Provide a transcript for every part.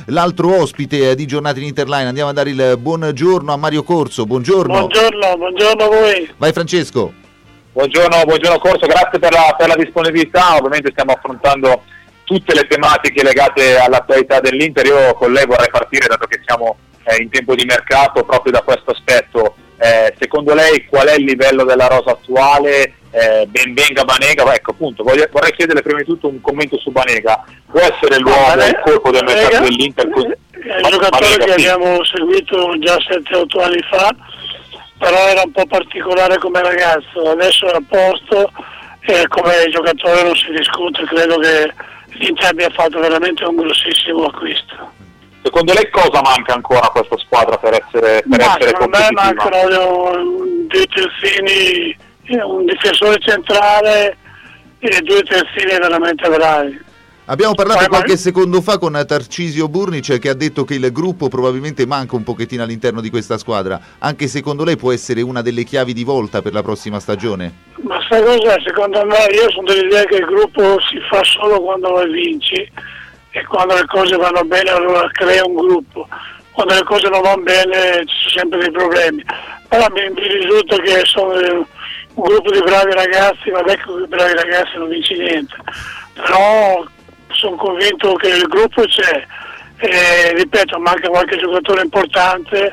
l'altro ospite di Giornate in Interline. Andiamo a dare il buongiorno a Mario Corso. Buongiorno a voi. Vai Francesco. Buongiorno Corso, grazie per la disponibilità. Ovviamente stiamo affrontando tutte le tematiche legate all'attualità dell'Inter. Io con lei vorrei partire, dato che siamo in tempo di mercato, proprio da questo aspetto. Secondo lei qual è il livello della rosa attuale? Benvenga Banega, ecco appunto, vorrei chiederle prima di tutto un commento su Banega. Può essere l'uomo, il colpo del mercato dell'Inter? È un giocatore che abbiamo seguito già 7-8 anni fa, però era un po' particolare come ragazzo, adesso è a posto e come giocatore non si discute. Credo che l'Inter abbia fatto veramente un grossissimo acquisto. Secondo lei cosa manca ancora a questa squadra per essere competitiva? A me mancano due terzini, un difensore centrale e due terzini veramente bravi. Abbiamo parlato qualche secondo fa con Tarcisio Burnic, che ha detto che il gruppo probabilmente manca un pochettino all'interno di questa squadra. Anche secondo lei può essere una delle chiavi di volta per la prossima stagione? Ma sai cos'è? Secondo me, io sono dell'idea che il gruppo si fa solo quando vinci, e quando le cose vanno bene allora crea un gruppo. Quando le cose non vanno bene ci sono sempre dei problemi. Però mi risulta che sono un gruppo di bravi ragazzi, vabbè che con i bravi ragazzi non vinci niente. Però sono convinto che il gruppo c'è, ripeto, manca qualche giocatore importante,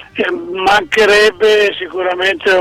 mancherebbe sicuramente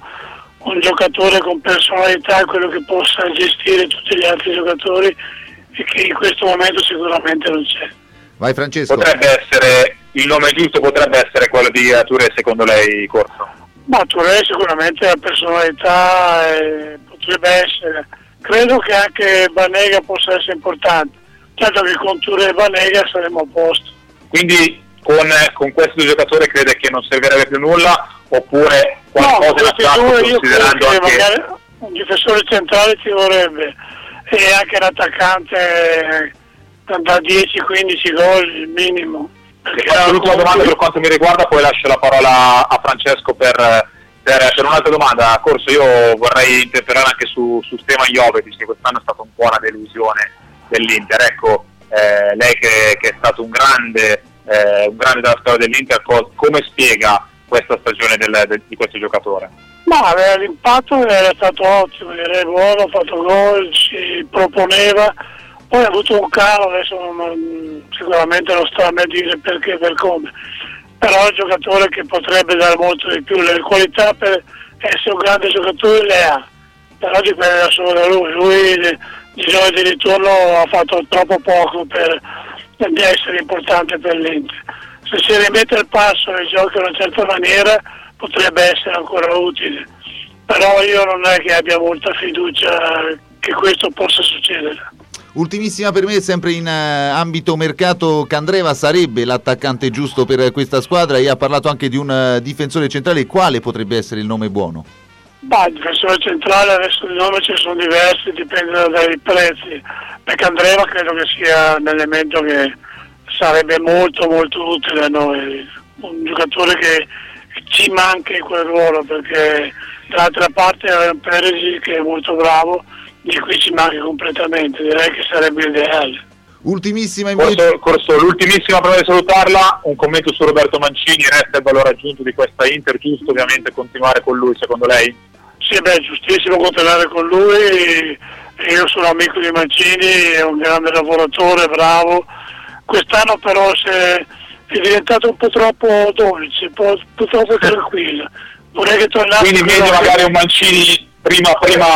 un giocatore con personalità, quello che possa gestire tutti gli altri giocatori, e che in questo momento sicuramente non c'è. Vai Francesco. Potrebbe essere, il nome giusto potrebbe essere quello di Touré, secondo lei, Corso? Ma Touré sicuramente ha personalità, potrebbe essere. Credo che anche Banega possa essere importante, certo che con Touré e Banega saremo a posto. Quindi con questi due giocatori crede che non servirebbe più nulla, oppure qualcosa in attacco, considerando anche un difensore centrale ci vorrebbe, e anche l'attaccante da 10-15 gol il minimo. L'ultima domanda per quanto mi riguarda, poi lascio la parola a Francesco per un'altra domanda. Corso, io vorrei interpellare anche su Stevan Jovetic, che quest'anno è stata un po' una delusione dell'Inter. Ecco, lei che è stato un grande della storia dell'Inter, come spiega questa stagione di questo giocatore? Ma l'impatto era stato ottimo, era buono, ha fatto gol, si proponeva, poi ha avuto un calo, adesso sicuramente non sto a me dire perché e per come, però è un giocatore che potrebbe dare molto di più, le qualità per essere un grande giocatore le ha, però dipende solo da lui di gioco di ritorno ha fatto troppo poco per essere importante per l'Inter. Se si rimette il passo e gioca in una certa maniera potrebbe essere ancora utile, però io non è che abbia molta fiducia che questo possa succedere. Ultimissima per me, sempre in ambito mercato, Candreva sarebbe l'attaccante giusto per questa squadra, e ha parlato anche di un difensore centrale. Quale potrebbe essere il nome buono? Il difensore centrale adesso i nomi ci sono diversi, dipende dai prezzi. Per Candreva credo che sia un elemento che sarebbe molto molto utile a noi, un giocatore che ci manca in quel ruolo, perché dall'altra parte è un Perisic che è molto bravo, di cui ci manca completamente, direi che sarebbe ideale. Ultimissima invece. Corso, l'ultimissima prima di salutarla, un commento su Roberto Mancini. Resta il valore aggiunto di questa Inter, giusto ovviamente continuare con lui, secondo lei? Sì, giustissimo continuare con lui, io sono amico di Mancini, è un grande lavoratore, bravo. Quest'anno però è diventato un po' troppo dolce, un po' troppo tranquillo. Vorrei che tornasse. Quindi meglio magari un Mancini prima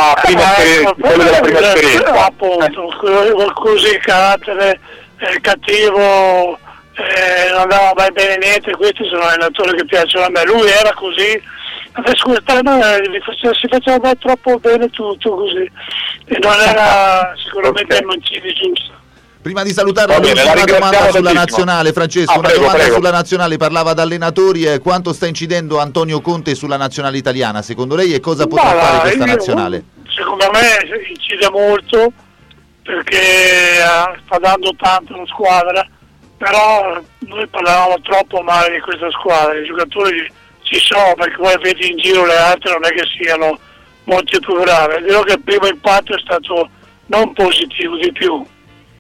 quello della prima esperienza. Appunto, così carattere cattivo, non andava mai bene niente. Questi sono allenatori che piacciono a me. Lui era così, adesso quest'anno si faceva troppo bene tutto così, e non era sicuramente il Mancini giusto. Prima di salutarla, una domanda sulla nazionale, Francesco, prego. Sulla nazionale, parlava da allenatori, quanto sta incidendo Antonio Conte sulla nazionale italiana, secondo lei, e cosa potrà fare questa nazionale? Secondo me incide molto, perché sta dando tanto alla squadra, però noi parlavamo troppo male di questa squadra, i giocatori ci sono, perché voi vedi in giro le altre non è che siano molto più bravi. Dirò che il primo impatto è stato non positivo, di più.